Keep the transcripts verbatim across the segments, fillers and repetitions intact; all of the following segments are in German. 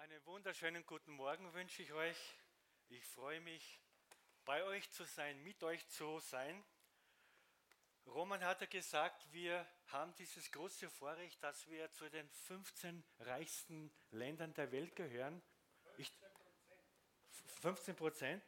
Einen wunderschönen guten Morgen wünsche ich euch. Ich freue mich, bei euch zu sein, mit euch zu sein. Roman hat ja gesagt, wir haben dieses große Vorrecht, dass wir zu den fünfzehn reichsten Ländern der Welt gehören. Ich, fünfzehn Prozent.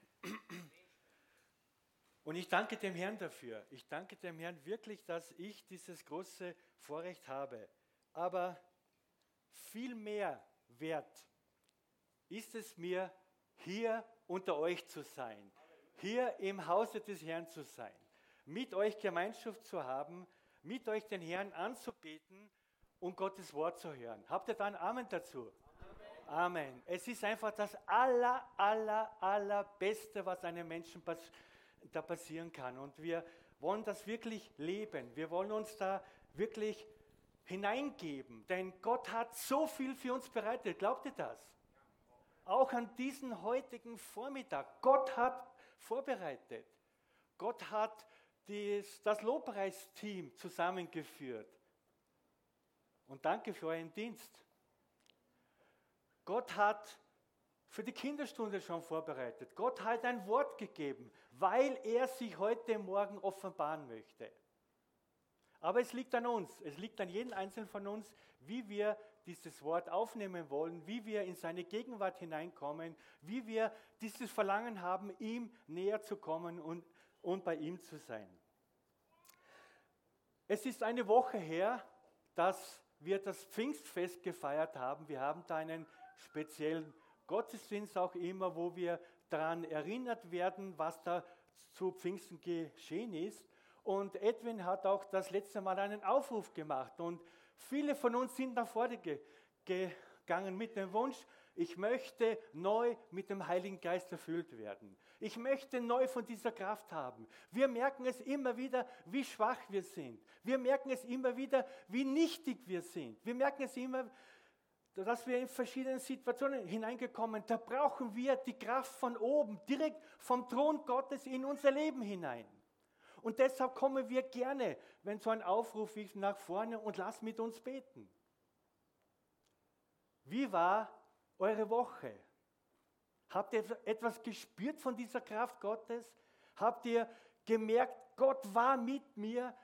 Und ich danke dem Herrn dafür. Ich danke dem Herrn wirklich, dass ich dieses große Vorrecht habe. Aber viel mehr wert ist es mir, hier unter euch zu sein, hier im Hause des Herrn zu sein, mit euch Gemeinschaft zu haben, mit euch den Herrn anzubeten und Gottes Wort zu hören. Habt ihr da ein Amen dazu? Amen. Amen. Es ist einfach das aller, aller, allerbeste, was einem Menschen pass- da passieren kann. Und wir wollen das wirklich leben. Wir wollen uns da wirklich hineingeben, denn Gott hat so viel für uns bereitet. Glaubt ihr das? Auch an diesen heutigen Vormittag. Gott hat vorbereitet. Gott hat dies, das Lobpreisteam zusammengeführt. Und danke für euren Dienst. Gott hat für die Kinderstunde schon vorbereitet. Gott hat ein Wort gegeben, weil er sich heute Morgen offenbaren möchte. Aber es liegt an uns, es liegt an jedem Einzelnen von uns, wie wir dieses Wort aufnehmen wollen, wie wir in seine Gegenwart hineinkommen, wie wir dieses Verlangen haben, ihm näher zu kommen und, und bei ihm zu sein. Es ist eine Woche her, dass wir das Pfingstfest gefeiert haben. Wir haben da einen speziellen Gottesdienst auch immer, wo wir daran erinnert werden, was da zu Pfingsten geschehen ist. Und Edwin hat auch das letzte Mal einen Aufruf gemacht. Und viele von uns sind nach vorne ge- gegangen mit dem Wunsch, ich möchte neu mit dem Heiligen Geist erfüllt werden. Ich möchte neu von dieser Kraft haben. Wir merken es immer wieder, wie schwach wir sind. Wir merken es immer wieder, wie nichtig wir sind. Wir merken es immer, dass wir in verschiedenen Situationen hineingekommen sind. Da brauchen wir die Kraft von oben, direkt vom Thron Gottes in unser Leben hinein. Und deshalb kommen wir gerne, wenn so ein Aufruf ist, nach vorne und lasst mit uns beten. Wie war eure Woche? Habt ihr etwas gespürt von dieser Kraft Gottes? Habt ihr gemerkt, Gott war mit mir?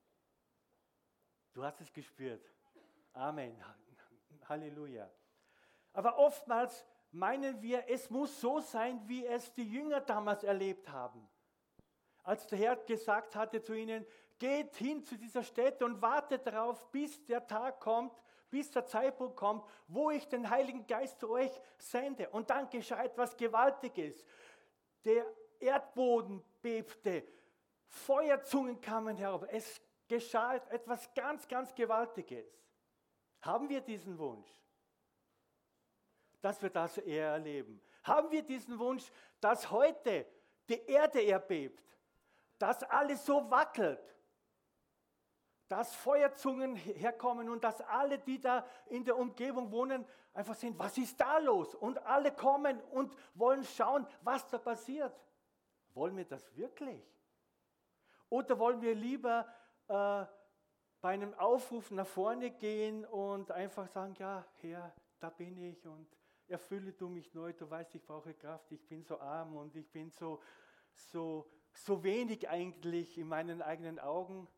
Du hast es gespürt. Amen. Halleluja. Aber oftmals meinen wir, es muss so sein, wie es die Jünger damals erlebt haben. Als der Herr gesagt hatte zu ihnen, geht hin zu dieser Stätte und wartet darauf, bis der Tag kommt, bis der Zeitpunkt kommt, wo ich den Heiligen Geist zu euch sende. Und dann geschah etwas Gewaltiges. Der Erdboden bebte, Feuerzungen kamen herab. Es geschah etwas ganz, ganz Gewaltiges. Haben wir diesen Wunsch, dass wir das eher erleben? Haben wir diesen Wunsch, dass heute die Erde erbebt? Dass alles so wackelt, dass Feuerzungen herkommen und dass alle, die da in der Umgebung wohnen, einfach sehen, was ist da los? Und alle kommen und wollen schauen, was da passiert. Wollen wir das wirklich? Oder wollen wir lieber äh, bei einem Aufruf nach vorne gehen und einfach sagen, ja, Herr, da bin ich und erfülle du mich neu, du weißt, ich brauche Kraft, ich bin so arm und ich bin so, so, so wenig eigentlich in meinen eigenen Augen.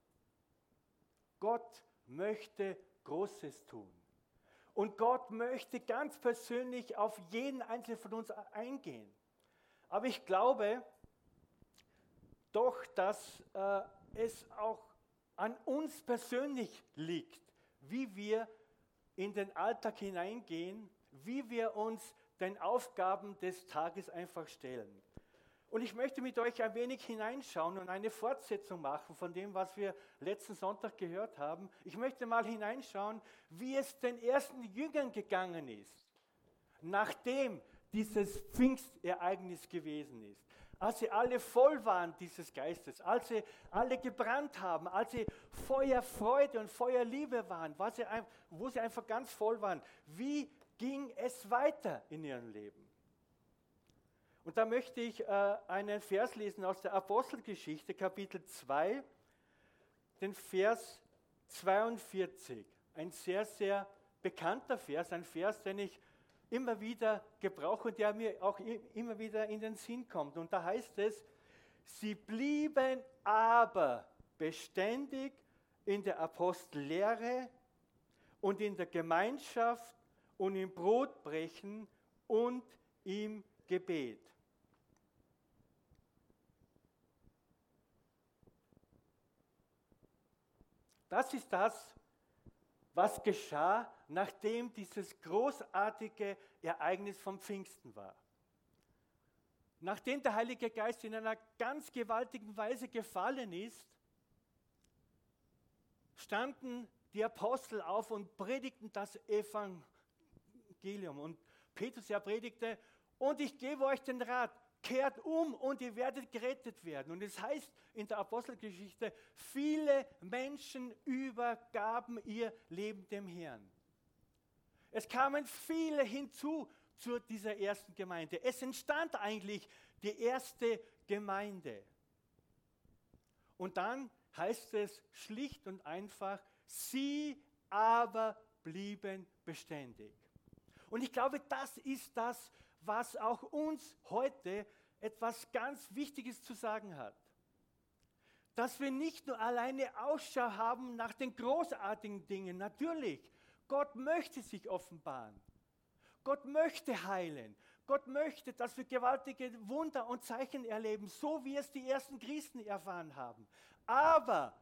Gott möchte Großes tun. Und Gott möchte ganz persönlich auf jeden Einzelnen von uns eingehen. Aber ich glaube doch, dass äh, es auch an uns persönlich liegt, wie wir in den Alltag hineingehen, wie wir uns den Aufgaben des Tages einfach stellen. Und ich möchte mit euch ein wenig hineinschauen und eine Fortsetzung machen von dem, was wir letzten Sonntag gehört haben. Ich möchte mal hineinschauen, wie es den ersten Jüngern gegangen ist, nachdem dieses Pfingstereignis gewesen ist. Als sie alle voll waren dieses Geistes, als sie alle gebrannt haben, als sie Feuer Freude und Feuer Liebe waren, wo sie, wo sie einfach ganz voll waren. Wie ging es weiter in ihrem Leben? Und da möchte ich äh, einen Vers lesen aus der Apostelgeschichte, Kapitel zwei, den Vers zweiundvierzig. Ein sehr, sehr bekannter Vers, ein Vers, den ich immer wieder gebrauche und der mir auch immer wieder in den Sinn kommt. Und da heißt es, sie blieben aber beständig in der Apostellehre und in der Gemeinschaft und im Brotbrechen und im Gebet. Das ist das, was geschah, nachdem dieses großartige Ereignis vom Pfingsten war. Nachdem der Heilige Geist in einer ganz gewaltigen Weise gefallen ist, standen die Apostel auf und predigten das Evangelium. Und Petrus ja predigte, und ich gebe euch den Rat, kehrt um und ihr werdet gerettet werden. Und es heißt in der Apostelgeschichte, viele Menschen übergaben ihr Leben dem Herrn. Es kamen viele hinzu zu dieser ersten Gemeinde. Es entstand eigentlich die erste Gemeinde. Und dann heißt es schlicht und einfach, sie aber blieben beständig. Und ich glaube, das ist das, was auch uns heute etwas ganz Wichtiges zu sagen hat. Dass wir nicht nur alleine Ausschau haben nach den großartigen Dingen. Natürlich, Gott möchte sich offenbaren. Gott möchte heilen. Gott möchte, dass wir gewaltige Wunder und Zeichen erleben, so wie es die ersten Christen erfahren haben. Aber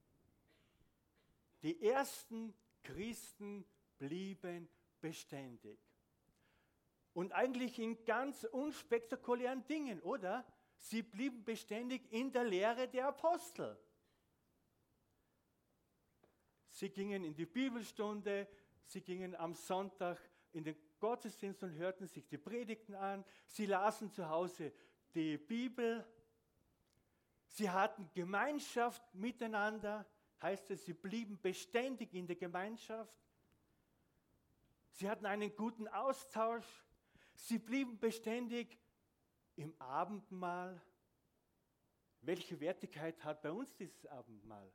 die ersten Christen blieben beständig. Und eigentlich in ganz unspektakulären Dingen, oder? Sie blieben beständig in der Lehre der Apostel. Sie gingen in die Bibelstunde, sie gingen am Sonntag in den Gottesdienst und hörten sich die Predigten an. Sie lasen zu Hause die Bibel. Sie hatten Gemeinschaft miteinander, heißt es, sie blieben beständig in der Gemeinschaft. Sie hatten einen guten Austausch. Sie blieben beständig im Abendmahl. Welche Wertigkeit hat bei uns dieses Abendmahl?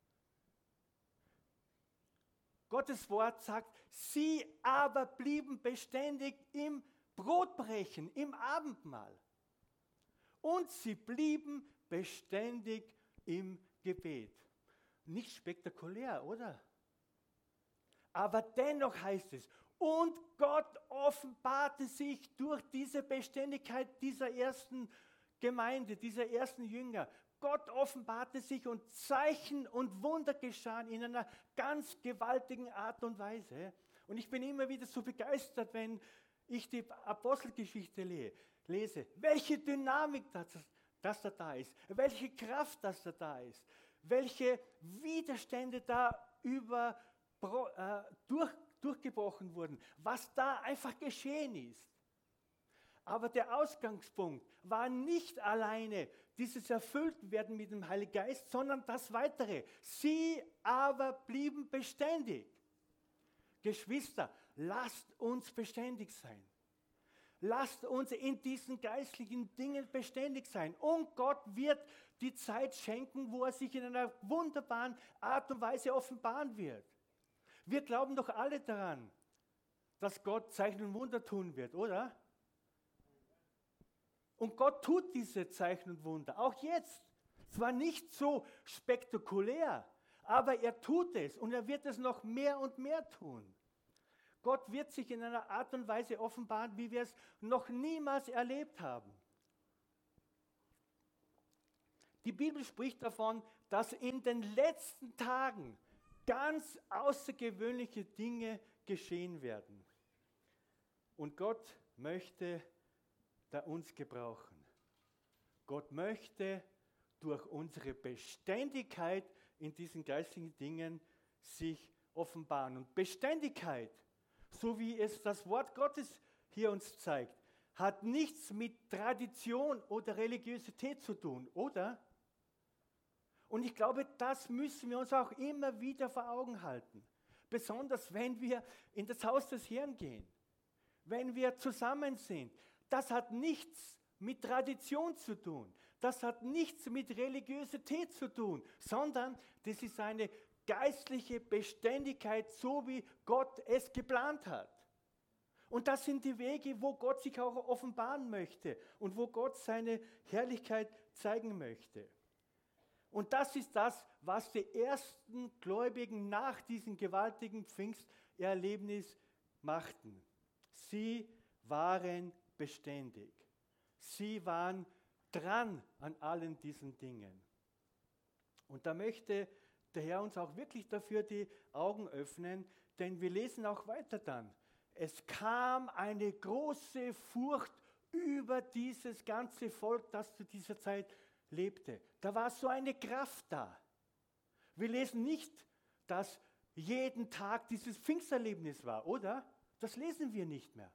Gottes Wort sagt, sie aber blieben beständig im Brotbrechen, im Abendmahl. Und sie blieben beständig im Gebet. Nicht spektakulär, oder? Aber dennoch heißt es, und Gott offenbarte sich durch diese Beständigkeit dieser ersten Gemeinde, dieser ersten Jünger. Gott offenbarte sich und Zeichen und Wunder geschahen in einer ganz gewaltigen Art und Weise. Und ich bin immer wieder so begeistert, wenn ich die Apostelgeschichte le- lese. Welche Dynamik das, das da, da ist, welche Kraft das da, da ist, welche Widerstände da über, äh, durch, durchgebrochen wurden, was da einfach geschehen ist. Aber der Ausgangspunkt war nicht alleine dieses Erfülltwerden mit dem Heiligen Geist, sondern das Weitere. Sie aber blieben beständig. Geschwister, lasst uns beständig sein. Lasst uns in diesen geistlichen Dingen beständig sein. Und Gott wird die Zeit schenken, wo er sich in einer wunderbaren Art und Weise offenbaren wird. Wir glauben doch alle daran, dass Gott Zeichen und Wunder tun wird, oder? Und Gott tut diese Zeichen und Wunder, auch jetzt. Zwar nicht so spektakulär, aber er tut es und er wird es noch mehr und mehr tun. Gott wird sich in einer Art und Weise offenbaren, wie wir es noch niemals erlebt haben. Die Bibel spricht davon, dass in den letzten Tagen ganz außergewöhnliche Dinge geschehen werden. Und Gott möchte da uns gebrauchen. Gott möchte durch unsere Beständigkeit in diesen geistigen Dingen sich offenbaren. Und Beständigkeit, so wie es das Wort Gottes hier uns zeigt, hat nichts mit Tradition oder Religiosität zu tun, oder? Und ich glaube, das müssen wir uns auch immer wieder vor Augen halten. Besonders wenn wir in das Haus des Herrn gehen, wenn wir zusammen sind. Das hat nichts mit Tradition zu tun. Das hat nichts mit Religiosität zu tun, sondern das ist eine geistliche Beständigkeit, so wie Gott es geplant hat. Und das sind die Wege, wo Gott sich auch offenbaren möchte und wo Gott seine Herrlichkeit zeigen möchte. Und das ist das, was die ersten Gläubigen nach diesem gewaltigen Pfingsterlebnis machten. Sie waren beständig. Sie waren dran an allen diesen Dingen. Und da möchte der Herr uns auch wirklich dafür die Augen öffnen, denn wir lesen auch weiter dann. Es kam eine große Furcht über dieses ganze Volk, das zu dieser Zeit lebte. Da war so eine Kraft da. Wir lesen nicht, dass jeden Tag dieses Pfingsterlebnis war, oder? Das lesen wir nicht mehr.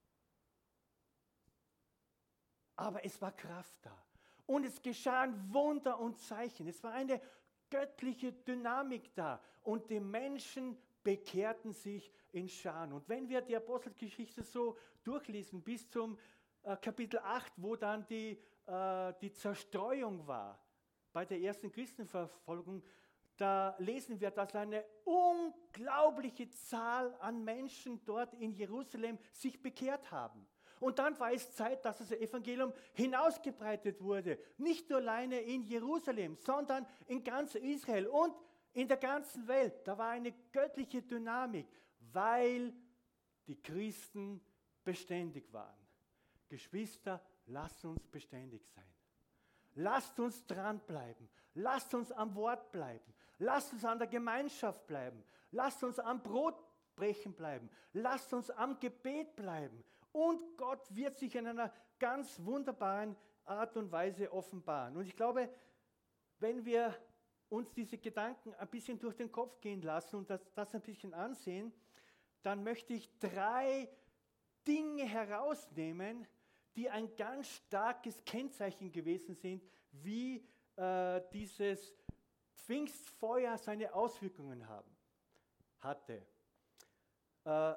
Aber es war Kraft da. Und es geschahen Wunder und Zeichen. Es war eine göttliche Dynamik da. Und die Menschen bekehrten sich in Scharen. Und wenn wir die Apostelgeschichte so durchlesen bis zum äh, Kapitel acht, wo dann die, äh, die Zerstreuung war bei der ersten Christenverfolgung, da lesen wir, dass eine unglaubliche Zahl an Menschen dort in Jerusalem sich bekehrt haben. Und dann war es Zeit, dass das Evangelium hinausgebreitet wurde. Nicht nur alleine in Jerusalem, sondern in ganz Israel und in der ganzen Welt. Da war eine göttliche Dynamik, weil die Christen beständig waren. Geschwister, lasst uns beständig sein. Lasst uns dranbleiben. Lasst uns am Wort bleiben. Lasst uns an der Gemeinschaft bleiben. Lasst uns am Brotbrechen bleiben. Lasst uns am Gebet bleiben. Und Gott wird sich in einer ganz wunderbaren Art und Weise offenbaren. Und ich glaube, wenn wir uns diese Gedanken ein bisschen durch den Kopf gehen lassen und das, das ein bisschen ansehen, dann möchte ich drei Dinge herausnehmen, die ein ganz starkes Kennzeichen gewesen sind, wie äh, dieses Pfingstfeuer seine Auswirkungen haben, hatte. Äh,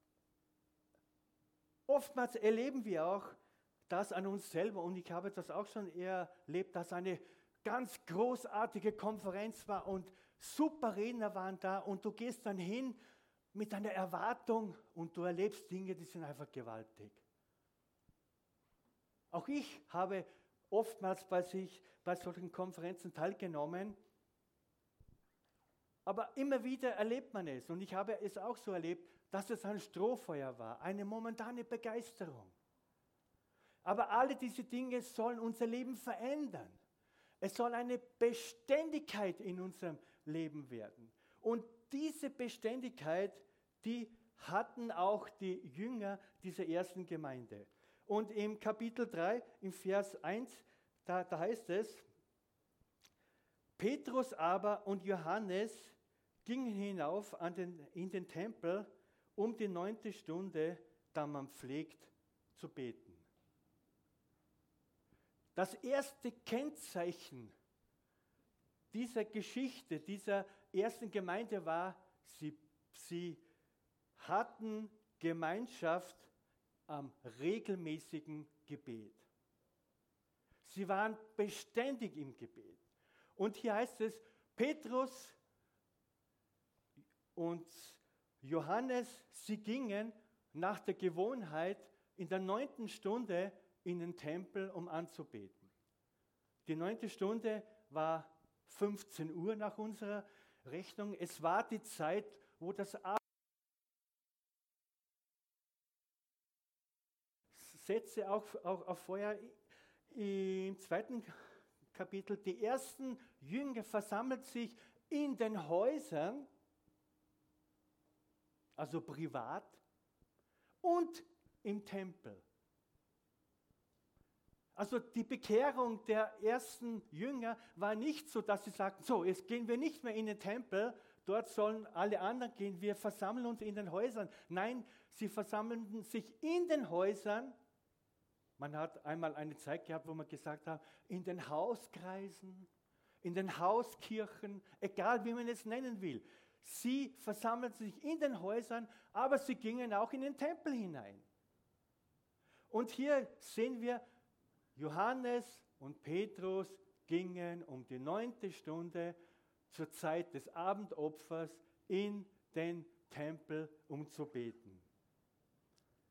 Oftmals erleben wir auch das an uns selber, und ich habe das auch schon erlebt, dass eine ganz großartige Konferenz war und super Redner waren da und du gehst dann hin mit einer Erwartung und du erlebst Dinge, die sind einfach gewaltig. Auch ich habe oftmals bei, sich, bei solchen Konferenzen teilgenommen, aber immer wieder erlebt man es und ich habe es auch so erlebt, dass es ein Strohfeuer war, eine momentane Begeisterung. Aber alle diese Dinge sollen unser Leben verändern. Es soll eine Beständigkeit in unserem Leben werden. Und diese Beständigkeit, die hatten auch die Jünger dieser ersten Gemeinde. Und im Kapitel drei, im Vers eins, da, da heißt es, Petrus aber und Johannes gingen hinauf an den, in den Tempel um die neunte Stunde, da man pflegt zu beten. Das erste Kennzeichen dieser Geschichte, dieser ersten Gemeinde war, sie, sie hatten Gemeinschaft am regelmäßigen Gebet. Sie waren beständig im Gebet. Und hier heißt es, Petrus und Johannes, sie gingen nach der Gewohnheit in der neunten Stunde in den Tempel, um anzubeten. Die neunte Stunde war fünfzehn Uhr nach unserer Rechnung. Es war die Zeit, wo das Abend Sätze auch, auch, auch vorher im zweiten Kapitel. Die ersten Jünger versammelten sich in den Häusern, also privat, und im Tempel. Also die Bekehrung der ersten Jünger war nicht so, dass sie sagten, so, jetzt gehen wir nicht mehr in den Tempel, dort sollen alle anderen gehen, wir versammeln uns in den Häusern. Nein, sie versammelten sich in den Häusern. Man hat einmal eine Zeit gehabt, wo man gesagt hat, in den Hauskreisen, in den Hauskirchen, egal wie man es nennen will. Sie versammelten sich in den Häusern, aber sie gingen auch in den Tempel hinein. Und hier sehen wir, Johannes und Petrus gingen um die neunte Stunde zur Zeit des Abendopfers in den Tempel, um zu beten.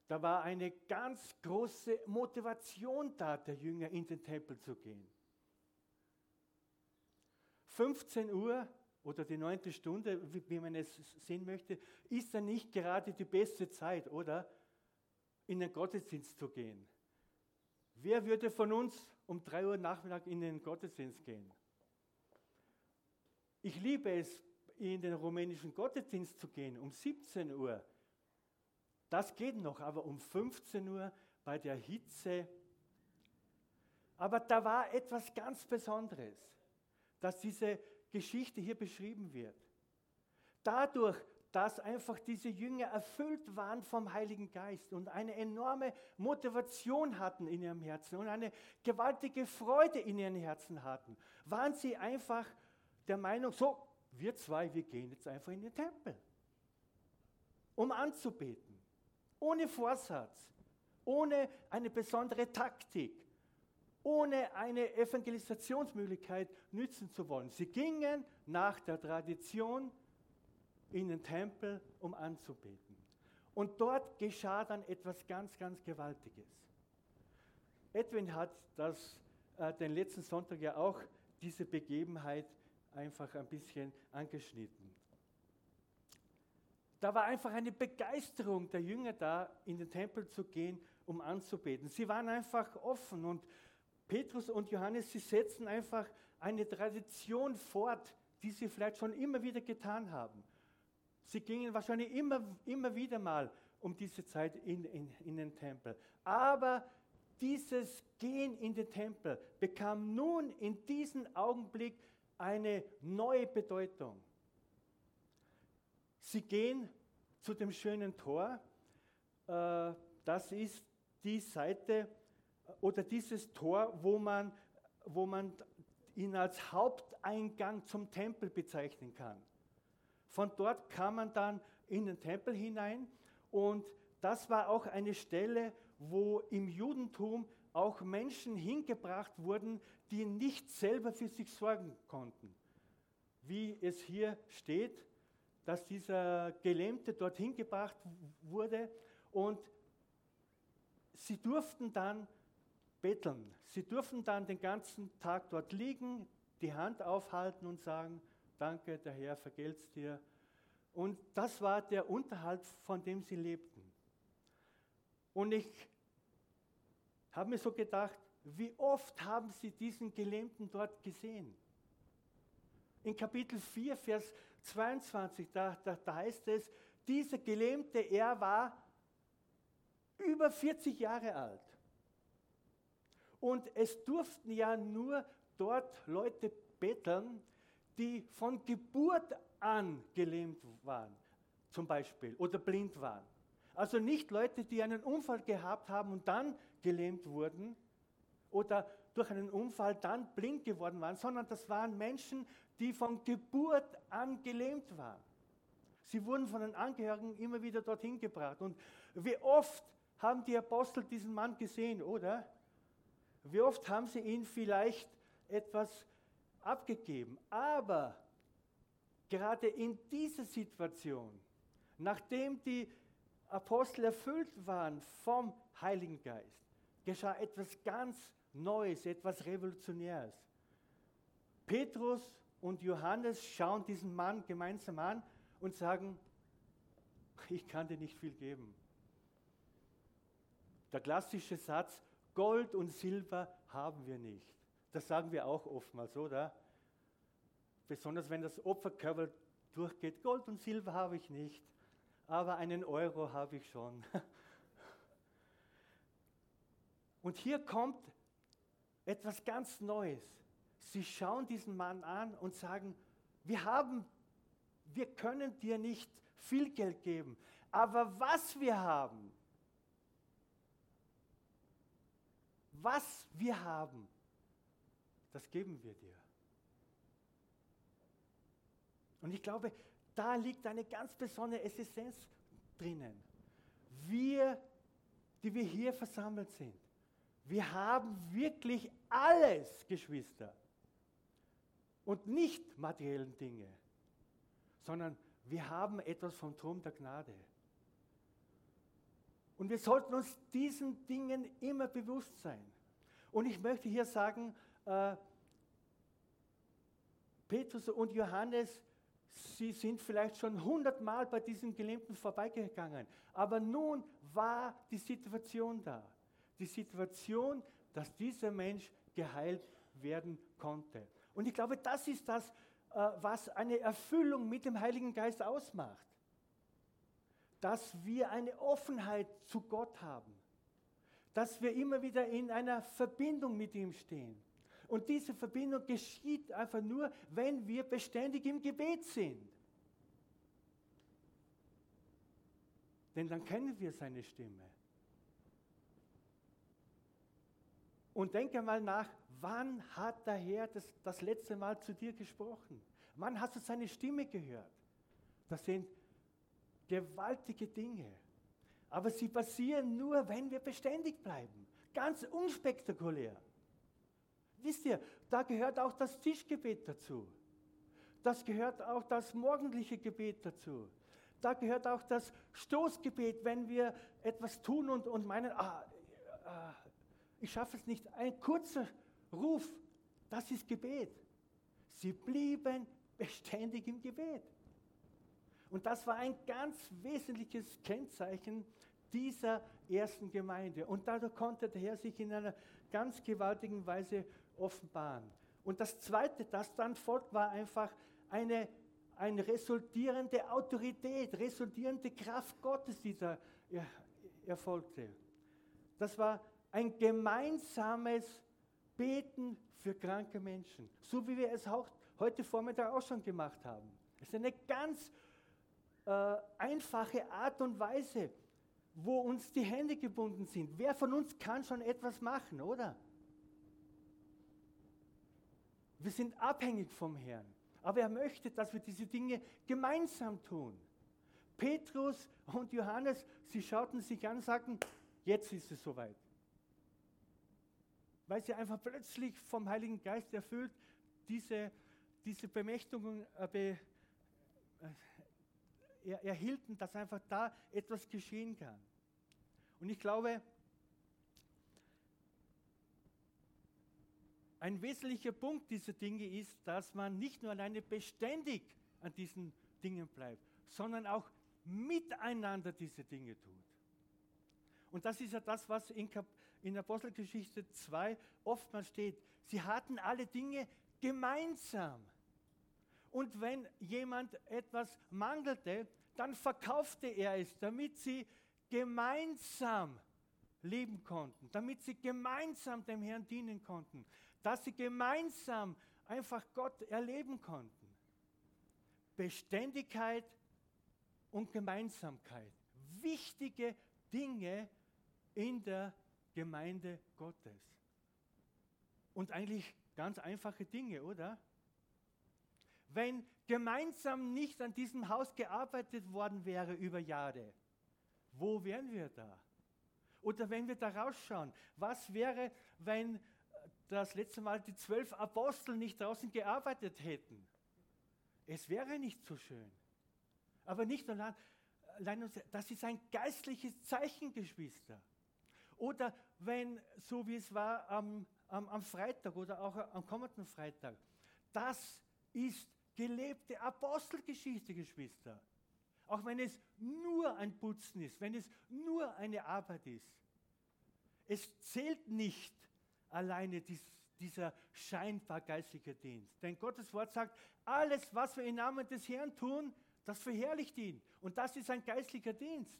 Da war eine ganz große Motivation da, der Jünger in den Tempel zu gehen. fünfzehn Uhr oder die neunte Stunde, wie man es sehen möchte, ist dann nicht gerade die beste Zeit, oder? In den Gottesdienst zu gehen. Wer würde von uns um drei Uhr Nachmittag in den Gottesdienst gehen? Ich liebe es, in den rumänischen Gottesdienst zu gehen, um siebzehn Uhr. Das geht noch, aber um fünfzehn Uhr bei der Hitze. Aber da war etwas ganz Besonderes, dass diese Geschichte hier beschrieben wird. Dadurch, dass einfach diese Jünger erfüllt waren vom Heiligen Geist und eine enorme Motivation hatten in ihrem Herzen und eine gewaltige Freude in ihren Herzen hatten, waren sie einfach der Meinung, so, wir zwei, wir gehen jetzt einfach in den Tempel, um anzubeten, ohne Vorsatz, ohne eine besondere Taktik, ohne eine Evangelisationsmöglichkeit nützen zu wollen. Sie gingen nach der Tradition in den Tempel, um anzubeten. Und dort geschah dann etwas ganz, ganz Gewaltiges. Edwin hat das, äh, den letzten Sonntag ja auch diese Begebenheit einfach ein bisschen angeschnitten. Da war einfach eine Begeisterung der Jünger da, in den Tempel zu gehen, um anzubeten. Sie waren einfach offen und Petrus und Johannes, sie setzen einfach eine Tradition fort, die sie vielleicht schon immer wieder getan haben. Sie gingen wahrscheinlich immer, immer wieder mal um diese Zeit in, in, in den Tempel. Aber dieses Gehen in den Tempel bekam nun in diesem Augenblick eine neue Bedeutung. Sie gehen zu dem schönen Tor. Äh, das ist die Seite oder dieses Tor, wo man, wo man ihn als Haupteingang zum Tempel bezeichnen kann. Von dort kam man dann in den Tempel hinein und das war auch eine Stelle, wo im Judentum auch Menschen hingebracht wurden, die nicht selber für sich sorgen konnten. Wie es hier steht, dass dieser Gelähmte dorthin gebracht wurde und sie durften dann betteln. Sie durften dann den ganzen Tag dort liegen, die Hand aufhalten und sagen, danke, der Herr vergelt's dir. Und das war der Unterhalt, von dem sie lebten. Und ich habe mir so gedacht, wie oft haben sie diesen Gelähmten dort gesehen? In Kapitel vier, Vers zweiundzwanzig, da, da, da heißt es, dieser Gelähmte, er war über vierzig Jahre alt. Und es durften ja nur dort Leute betteln, die von Geburt an gelähmt waren, zum Beispiel, oder blind waren. Also nicht Leute, die einen Unfall gehabt haben und dann gelähmt wurden oder durch einen Unfall dann blind geworden waren, sondern das waren Menschen, die von Geburt an gelähmt waren. Sie wurden von den Angehörigen immer wieder dorthin gebracht. Und wie oft haben die Apostel diesen Mann gesehen, oder? Wie oft haben sie ihn vielleicht etwas abgegeben. Aber gerade in dieser Situation, nachdem die Apostel erfüllt waren vom Heiligen Geist, geschah etwas ganz Neues, etwas Revolutionäres. Petrus und Johannes schauen diesen Mann gemeinsam an und sagen, ich kann dir nicht viel geben. Der klassische Satz, Gold und Silber haben wir nicht. Das sagen wir auch oftmals, oder? Besonders wenn das Opferkörper durchgeht, Gold und Silber habe ich nicht, aber einen Euro habe ich schon. Und hier kommt etwas ganz Neues. Sie schauen diesen Mann an und sagen, wir haben, wir können dir nicht viel Geld geben, aber was wir haben, was wir haben, das geben wir dir. Und ich glaube, da liegt eine ganz besondere Essenz drinnen. Wir, die wir hier versammelt sind, wir haben wirklich alles, Geschwister. Und nicht materiellen Dinge, sondern wir haben etwas vom Thron der Gnade. Und wir sollten uns diesen Dingen immer bewusst sein. Und ich möchte hier sagen, äh, Petrus und Johannes, sie sind vielleicht schon hundertmal bei diesem Gelähmten vorbeigegangen. Aber nun war die Situation da. Die Situation, dass dieser Mensch geheilt werden konnte. Und ich glaube, das ist das, äh, was eine Erfüllung mit dem Heiligen Geist ausmacht. Dass wir eine Offenheit zu Gott haben. Dass wir immer wieder in einer Verbindung mit ihm stehen. Und diese Verbindung geschieht einfach nur, wenn wir beständig im Gebet sind. Denn dann kennen wir seine Stimme. Und denke mal nach, wann hat der Herr das, das letzte Mal zu dir gesprochen? Wann hast du seine Stimme gehört? Das sind gewaltige Dinge. Aber sie passieren nur, wenn wir beständig bleiben. Ganz unspektakulär. Wisst ihr, da gehört auch das Tischgebet dazu. Das gehört auch das morgendliche Gebet dazu. Da gehört auch das Stoßgebet, wenn wir etwas tun und, und meinen, ah, ah, ich schaffe es nicht. Ein kurzer Ruf, das ist Gebet. Sie blieben beständig im Gebet. Und das war ein ganz wesentliches Kennzeichen dieser ersten Gemeinde. Und dadurch konnte der Herr sich in einer ganz gewaltigen Weise offenbaren. Und das Zweite, das dann folgt, war einfach eine, eine resultierende Autorität, resultierende Kraft Gottes, die da er, erfolgte. Das war ein gemeinsames Beten für kranke Menschen, so wie wir es auch heute Vormittag auch schon gemacht haben. Es ist eine ganz äh, einfache Art und Weise, wo uns die Hände gebunden sind. Wer von uns kann schon etwas machen, oder? Wir sind abhängig vom Herrn. Aber er möchte, dass wir diese Dinge gemeinsam tun. Petrus und Johannes, sie schauten sich an und sagten, jetzt ist es soweit. Weil sie einfach plötzlich vom Heiligen Geist erfüllt diese, diese Bemächtigung äh, be, äh, er, erhielten, dass einfach da etwas geschehen kann. Und ich glaube, ein wesentlicher Punkt dieser Dinge ist, dass man nicht nur alleine beständig an diesen Dingen bleibt, sondern auch miteinander diese Dinge tut. Und das ist ja das, was in, Kap- in Apostelgeschichte zwei oftmals steht. Sie hatten alle Dinge gemeinsam. Und wenn jemand etwas mangelte, dann verkaufte er es, damit sie gemeinsam leben konnten, damit sie gemeinsam dem Herrn dienen konnten, dass sie gemeinsam einfach Gott erleben konnten. Beständigkeit und Gemeinsamkeit. Wichtige Dinge in der Gemeinde Gottes. Und eigentlich ganz einfache Dinge, oder? Wenn gemeinsam nicht an diesem Haus gearbeitet worden wäre über Jahre, wo wären wir da? Oder wenn wir da rausschauen, was wäre, wenn das letzte Mal die zwölf Apostel nicht draußen gearbeitet hätten? Es wäre nicht so schön. Aber nicht nur allein, das ist ein geistliches Zeichen, Geschwister. Oder wenn, so wie es war am, am, am Freitag oder auch am kommenden Freitag, das ist gelebte Apostelgeschichte, Geschwister. Auch wenn es nur ein Putzen ist, wenn es nur eine Arbeit ist. Es zählt nicht alleine dies, dieser scheinbar geistliche Dienst. Denn Gottes Wort sagt, alles, was wir im Namen des Herrn tun, das verherrlicht ihn. Und das ist ein geistlicher Dienst.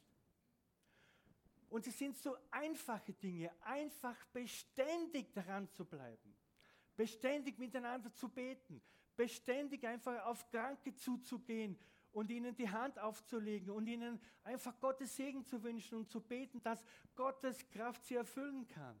Und es sind so einfache Dinge, einfach beständig daran zu bleiben, beständig miteinander zu beten, beständig einfach auf Kranke zuzugehen und ihnen die Hand aufzulegen und ihnen einfach Gottes Segen zu wünschen und zu beten, dass Gottes Kraft sie erfüllen kann.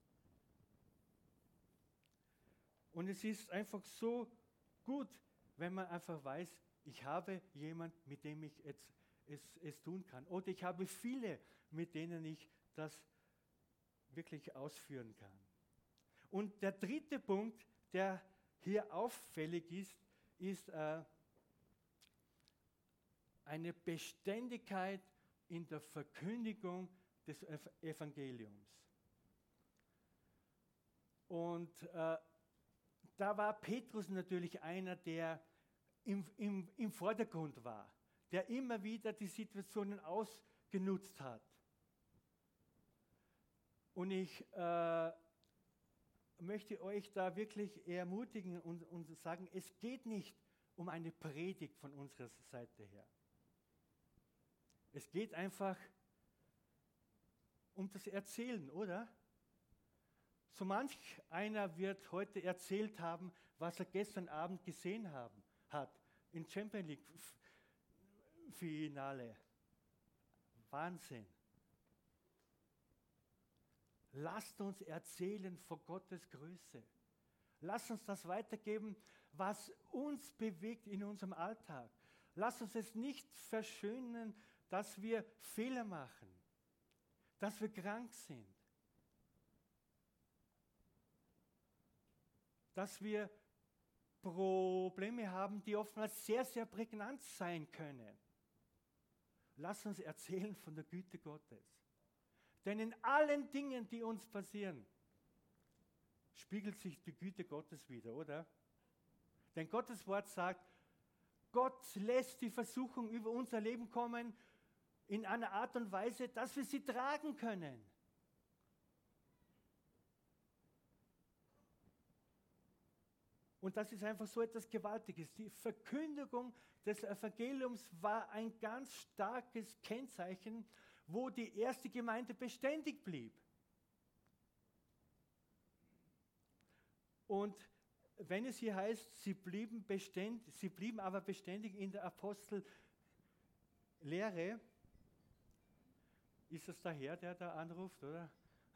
Und es ist einfach so gut, wenn man einfach weiß, ich habe jemanden, mit dem ich jetzt es, es tun kann. Oder ich habe viele, mit denen ich das wirklich ausführen kann. Und der dritte Punkt, der hier auffällig ist, ist äh, eine Beständigkeit in der Verkündigung des Ev- Evangeliums. Und äh, da war Petrus natürlich einer, der im, im, im Vordergrund war, der immer wieder die Situationen ausgenutzt hat. Und ich äh, möchte euch da wirklich ermutigen und, und sagen, es geht nicht um eine Predigt von unserer Seite her. Es geht einfach um das Erzählen, oder? So manch einer wird heute erzählt haben, was er gestern Abend gesehen haben, hat im Champions League Finale. Wahnsinn. Lasst uns erzählen von Gottes Größe. Lasst uns das weitergeben, was uns bewegt in unserem Alltag. Lasst uns es nicht verschönern, dass wir Fehler machen, dass wir krank sind, dass wir Probleme haben, die oftmals sehr, sehr prägnant sein können. Lasst uns erzählen von der Güte Gottes. Denn in allen Dingen, die uns passieren, spiegelt sich die Güte Gottes wider, oder? Denn Gottes Wort sagt, Gott lässt die Versuchung über unser Leben kommen in einer Art und Weise, dass wir sie tragen können. Und das ist einfach so etwas Gewaltiges. Die Verkündigung des Evangeliums war ein ganz starkes Kennzeichen, wo die erste Gemeinde beständig blieb. Und wenn es hier heißt, sie blieben, beständig, sie blieben aber beständig in der Apostellehre, ist das der Herr, der da anruft, oder?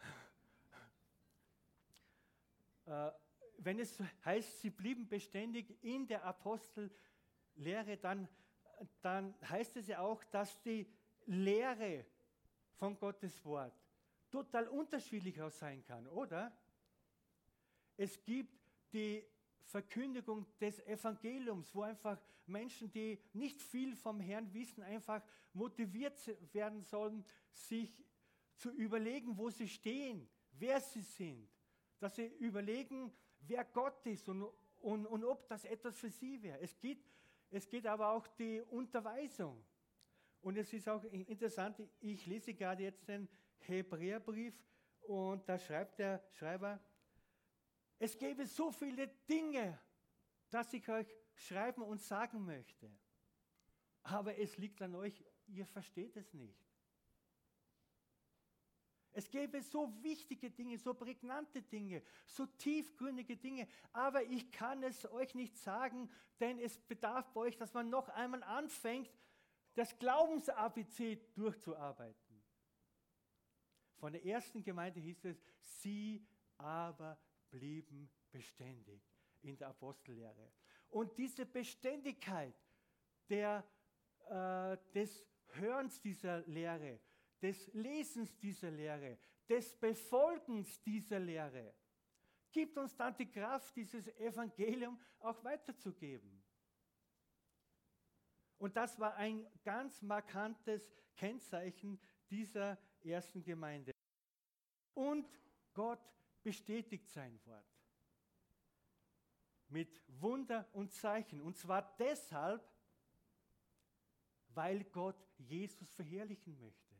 äh, wenn es heißt, sie blieben beständig in der Apostellehre, dann, dann heißt es ja auch, dass die Lehre von Gottes Wort total unterschiedlich auch sein kann, oder? Es gibt die Verkündigung des Evangeliums, wo einfach Menschen, die nicht viel vom Herrn wissen, einfach motiviert werden sollen, sich zu überlegen, wo sie stehen, wer sie sind, dass sie überlegen, wer Gott ist und, und, und ob das etwas für sie wäre. Es geht, es geht aber auch die Unterweisung. Und es ist auch interessant, ich lese gerade jetzt den Hebräerbrief und da schreibt der Schreiber, es gäbe so viele Dinge, dass ich euch schreiben und sagen möchte. Aber es liegt an euch, ihr versteht es nicht. Es gäbe so wichtige Dinge, so prägnante Dinge, so tiefgründige Dinge, aber ich kann es euch nicht sagen, denn es bedarf bei euch, dass man noch einmal anfängt, das Glaubens-A B C durchzuarbeiten. Von der ersten Gemeinde hieß es, sie aber blieben beständig in der Apostellehre. Und diese Beständigkeit der, äh, des Hörens dieser Lehre, des Lesens dieser Lehre, des Befolgens dieser Lehre, gibt uns dann die Kraft, dieses Evangelium auch weiterzugeben. Und das war ein ganz markantes Kennzeichen dieser ersten Gemeinde. Und Gott bestätigt sein Wort mit Wunder und Zeichen. Und zwar deshalb, weil Gott Jesus verherrlichen möchte.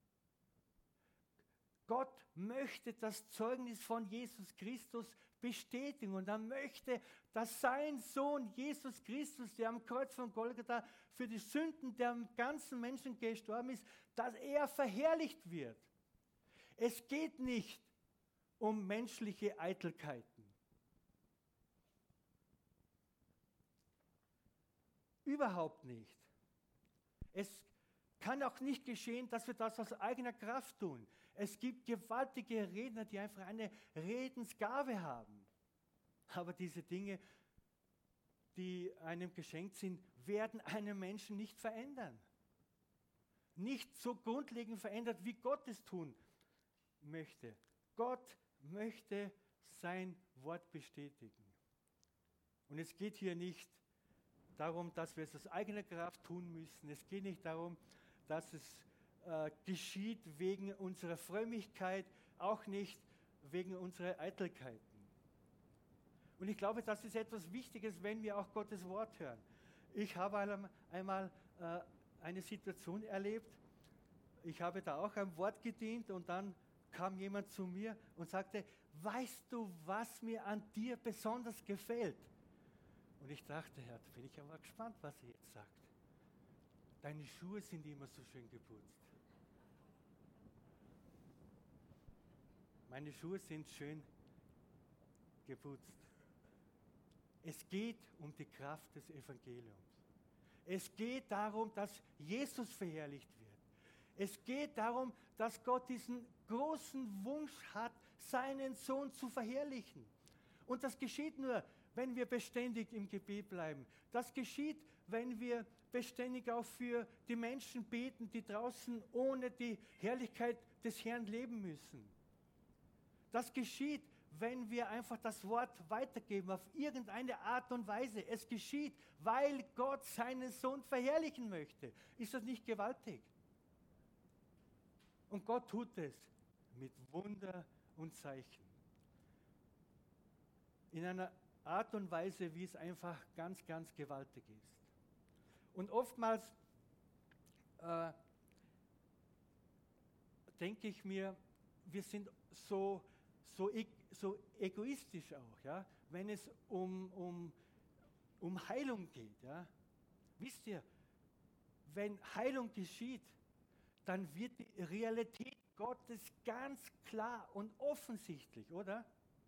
Gott möchte das Zeugnis von Jesus Christus bestätigen und er möchte, dass sein Sohn Jesus Christus, der am Kreuz von Golgatha für die Sünden der ganzen Menschen gestorben ist, dass er verherrlicht wird. Es geht nicht um menschliche Eitelkeiten. Überhaupt nicht. Es kann auch nicht geschehen, dass wir das aus eigener Kraft tun. Es gibt gewaltige Redner, die einfach eine Redensgabe haben. Aber diese Dinge, die einem geschenkt sind, werden einen Menschen nicht verändern. Nicht so grundlegend verändert, wie Gott es tun möchte. Gott möchte sein Wort bestätigen. Und es geht hier nicht darum, dass wir es aus eigener Kraft tun müssen. Es geht nicht darum, dass es äh, geschieht wegen unserer Frömmigkeit, auch nicht wegen unserer Eitelkeiten. Und ich glaube, das ist etwas Wichtiges, wenn wir auch Gottes Wort hören. Ich habe einmal äh, eine Situation erlebt, ich habe da auch ein Wort gedient und dann kam jemand zu mir und sagte, weißt du, was mir an dir besonders gefällt? Und ich dachte, ja, da bin ich aber gespannt, was er jetzt sagt. Deine Schuhe sind immer so schön geputzt. Meine Schuhe sind schön geputzt. Es geht um die Kraft des Evangeliums. Es geht darum, dass Jesus verherrlicht wird. Es geht darum, dass Gott diesen großen Wunsch hat, seinen Sohn zu verherrlichen. Und das geschieht nur, wenn wir beständig im Gebet bleiben. Das geschieht, wenn wir beständig auch für die Menschen beten, die draußen ohne die Herrlichkeit des Herrn leben müssen. Das geschieht, wenn wir einfach das Wort weitergeben auf irgendeine Art und Weise. Es geschieht, weil Gott seinen Sohn verherrlichen möchte. Ist das nicht gewaltig? Und Gott tut es mit Wunder und Zeichen. In einer Art und Weise, wie es einfach ganz, ganz gewaltig ist. Und oftmals äh, denke ich mir, wir sind so, so, e so egoistisch auch, ja? Wenn es um, um, um Heilung geht. Ja? Wisst ihr, wenn Heilung geschieht, dann wird die Realität Gottes ganz klar und offensichtlich, oder?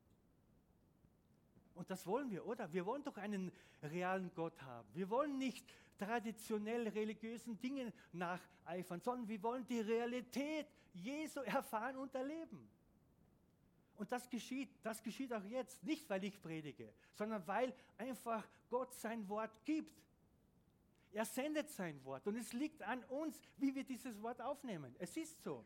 Und das wollen wir, oder? Wir wollen doch einen realen Gott haben. Wir wollen nicht traditionell religiösen Dingen nacheifern, sondern wir wollen die Realität Jesu erfahren und erleben. Und das geschieht, das geschieht auch jetzt, nicht weil ich predige, sondern weil einfach Gott sein Wort gibt. Er sendet sein Wort und es liegt an uns, wie wir dieses Wort aufnehmen. Es ist so.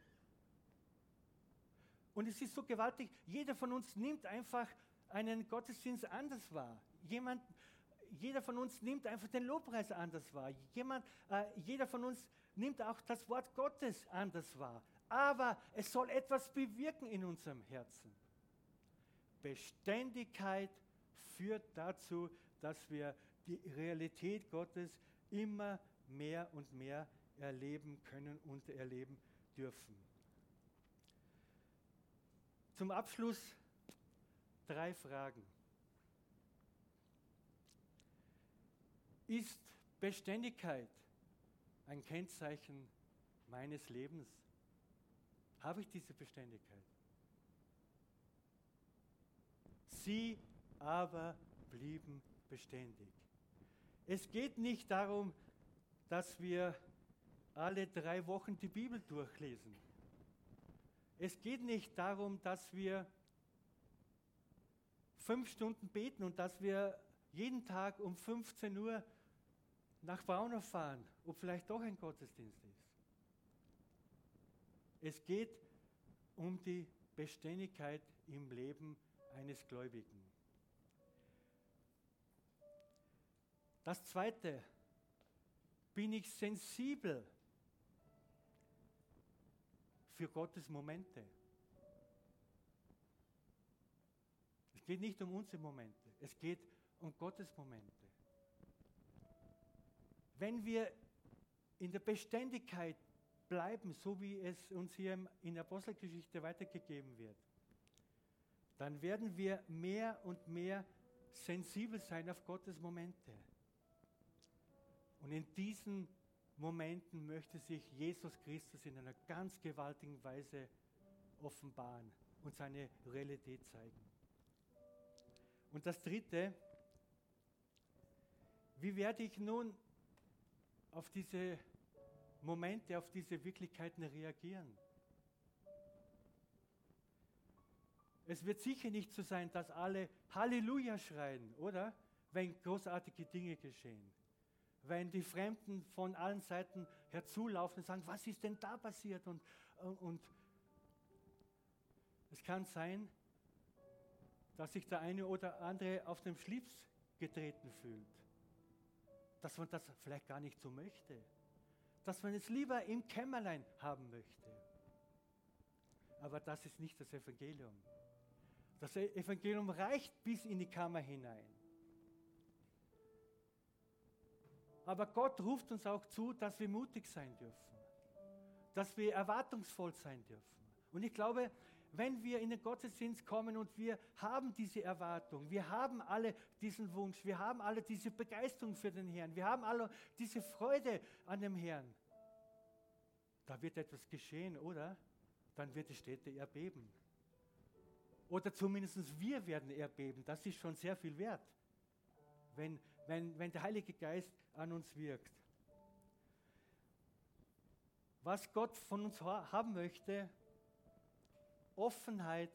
Und es ist so gewaltig, jeder von uns nimmt einfach einen Gottesdienst anders wahr. Jemand, jeder von uns nimmt einfach den Lobpreis anders wahr. Jemand, äh, jeder von uns nimmt auch das Wort Gottes anders wahr. Aber es soll etwas bewirken in unserem Herzen. Beständigkeit führt dazu, dass wir die Realität Gottes immer mehr und mehr erleben können und erleben dürfen. Zum Abschluss drei Fragen. Ist Beständigkeit ein Kennzeichen meines Lebens? Habe ich diese Beständigkeit? Sie aber blieben beständig. Es geht nicht darum, dass wir alle drei Wochen die Bibel durchlesen. Es geht nicht darum, dass wir fünf Stunden beten und dass wir jeden Tag um fünfzehn Uhr nach Braunau fahren, ob vielleicht doch ein Gottesdienst ist. Es geht um die Beständigkeit im Leben eines Gläubigen. Das Zweite, bin ich sensibel für Gottes Momente? Es geht nicht um unsere Momente, es geht um Gottes Momente. Wenn wir in der Beständigkeit bleiben, so wie es uns hier in der Apostelgeschichte weitergegeben wird, dann werden wir mehr und mehr sensibel sein auf Gottes Momente. Und in diesen Momenten möchte sich Jesus Christus in einer ganz gewaltigen Weise offenbaren und seine Realität zeigen. Und das Dritte, wie werde ich nun auf diese Momente, auf diese Wirklichkeiten reagieren? Es wird sicher nicht so sein, dass alle Halleluja schreien, oder? Wenn großartige Dinge geschehen. Wenn die Fremden von allen Seiten herzulaufen und sagen, was ist denn da passiert? Und, und es kann sein, dass sich der eine oder andere auf den Schlips getreten fühlt. Dass man das vielleicht gar nicht so möchte. dass man es lieber im Kämmerlein haben möchte. Aber das ist nicht das Evangelium. Das Evangelium reicht bis in die Kammer hinein. Aber Gott ruft uns auch zu, dass wir mutig sein dürfen, dass wir erwartungsvoll sein dürfen. Und ich glaube, wenn wir in den Gottesdienst kommen und wir haben diese Erwartung, wir haben alle diesen Wunsch, wir haben alle diese Begeisterung für den Herrn, wir haben alle diese Freude an dem Herrn, da wird etwas geschehen, oder? Dann wird die Städte erbeben. Oder zumindest wir werden erbeben, das ist schon sehr viel wert, wenn, wenn, wenn der Heilige Geist an uns wirkt. Was Gott von uns ha- haben möchte, Offenheit,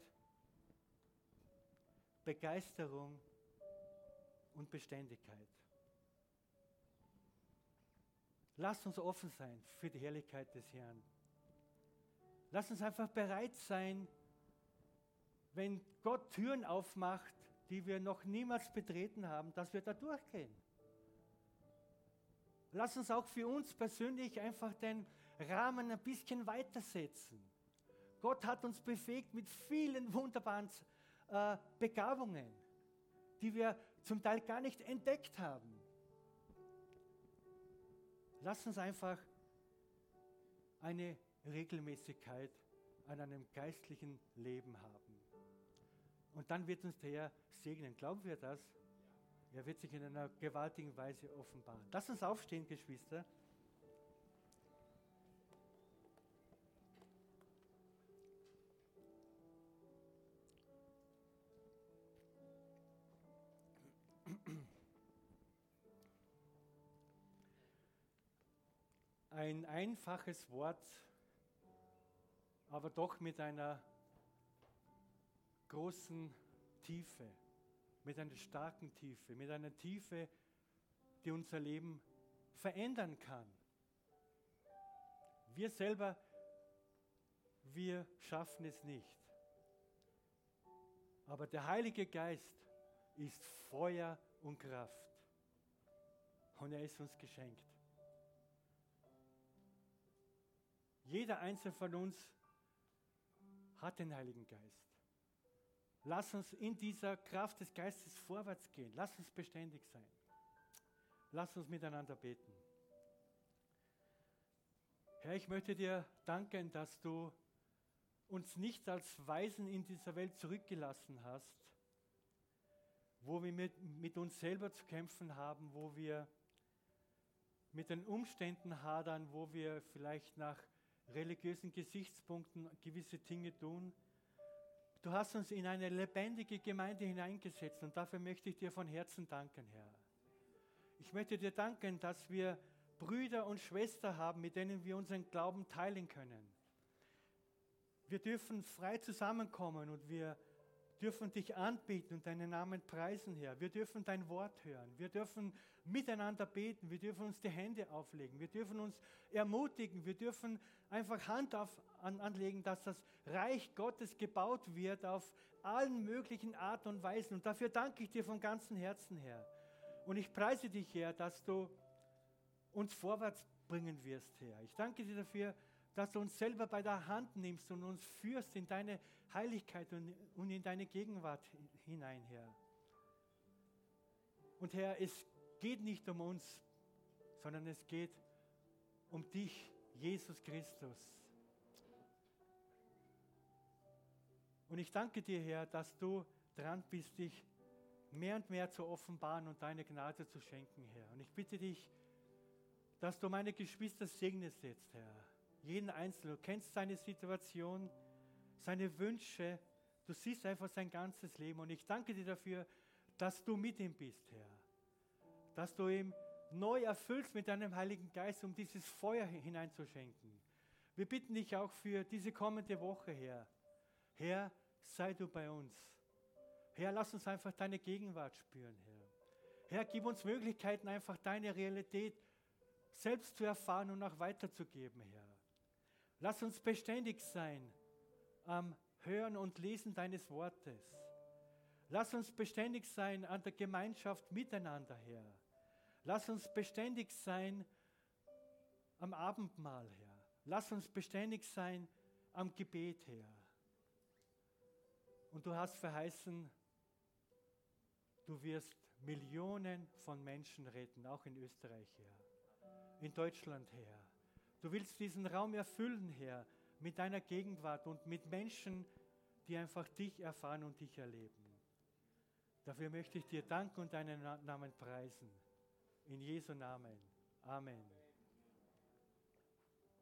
Begeisterung und Beständigkeit. Lasst uns offen sein für die Herrlichkeit des Herrn. Lasst uns einfach bereit sein, wenn Gott Türen aufmacht, die wir noch niemals betreten haben, dass wir da durchgehen. Lasst uns auch für uns persönlich einfach den Rahmen ein bisschen weitersetzen. Gott hat uns befähigt mit vielen wunderbaren äh, Begabungen, die wir zum Teil gar nicht entdeckt haben. Lass uns einfach eine Regelmäßigkeit an einem geistlichen Leben haben. Und dann wird uns der Herr segnen. Glauben wir das? Er wird sich in einer gewaltigen Weise offenbaren. Lass uns aufstehen, Geschwister. Ein einfaches Wort, aber doch mit einer großen Tiefe, mit einer starken Tiefe, mit einer Tiefe, die unser Leben verändern kann. Wir selber, wir schaffen es nicht. Aber der Heilige Geist ist Feuer und Kraft. Und er ist uns geschenkt. Jeder Einzelne von uns hat den Heiligen Geist. Lass uns in dieser Kraft des Geistes vorwärts gehen. Lass uns beständig sein. Lass uns miteinander beten. Herr, ich möchte dir danken, dass du uns nicht als Weisen in dieser Welt zurückgelassen hast, wo wir mit, mit uns selber zu kämpfen haben, wo wir mit den Umständen hadern, wo wir vielleicht nach religiösen Gesichtspunkten gewisse Dinge tun. Du hast uns in eine lebendige Gemeinde hineingesetzt und dafür möchte ich dir von Herzen danken, Herr. Ich möchte dir danken, dass wir Brüder und Schwestern haben, mit denen wir unseren Glauben teilen können. Wir dürfen frei zusammenkommen und wir dürfen dich anbeten und deinen Namen preisen, Herr. Wir dürfen dein Wort hören. Wir dürfen miteinander beten. Wir dürfen uns die Hände auflegen. Wir dürfen uns ermutigen. Wir dürfen einfach Hand auf, an, anlegen, dass das Reich Gottes gebaut wird auf allen möglichen Arten und Weisen. Und dafür danke ich dir von ganzem Herzen, Herr. Und ich preise dich, Herr, dass du uns vorwärts bringen wirst, Herr. Ich danke dir dafür, dass du uns selber bei der Hand nimmst und uns führst in deine Heiligkeit und, und in deine Gegenwart hinein, Herr. Und Herr, es geht nicht um uns, sondern es geht um dich, Jesus Christus. Und ich danke dir, Herr, dass du dran bist, dich mehr und mehr zu offenbaren und deine Gnade zu schenken, Herr. Und ich bitte dich, dass du meine Geschwister segnest jetzt, Herr. Jeden Einzelnen. Du kennst seine Situation, seine Wünsche. Du siehst einfach sein ganzes Leben. Und ich danke dir dafür, dass du mit ihm bist, Herr. Dass du ihm neu erfüllst mit deinem Heiligen Geist, um dieses Feuer hineinzuschenken. Wir bitten dich auch für diese kommende Woche, Herr. Herr, sei du bei uns. Herr, lass uns einfach deine Gegenwart spüren, Herr. Herr, gib uns Möglichkeiten, einfach deine Realität selbst zu erfahren und auch weiterzugeben, Herr. Lass uns beständig sein am Hören und Lesen deines Wortes. Lass uns beständig sein an der Gemeinschaft miteinander, Herr. Lass uns beständig sein am Abendmahl, Herr. Lass uns beständig sein am Gebet, Herr. Und du hast verheißen, du wirst Millionen von Menschen retten, auch in Österreich, Herr. In Deutschland, Herr. Du willst diesen Raum erfüllen, Herr, mit deiner Gegenwart und mit Menschen, die einfach dich erfahren und dich erleben. Dafür möchte ich dir danken und deinen Namen preisen. In Jesu Namen. Amen.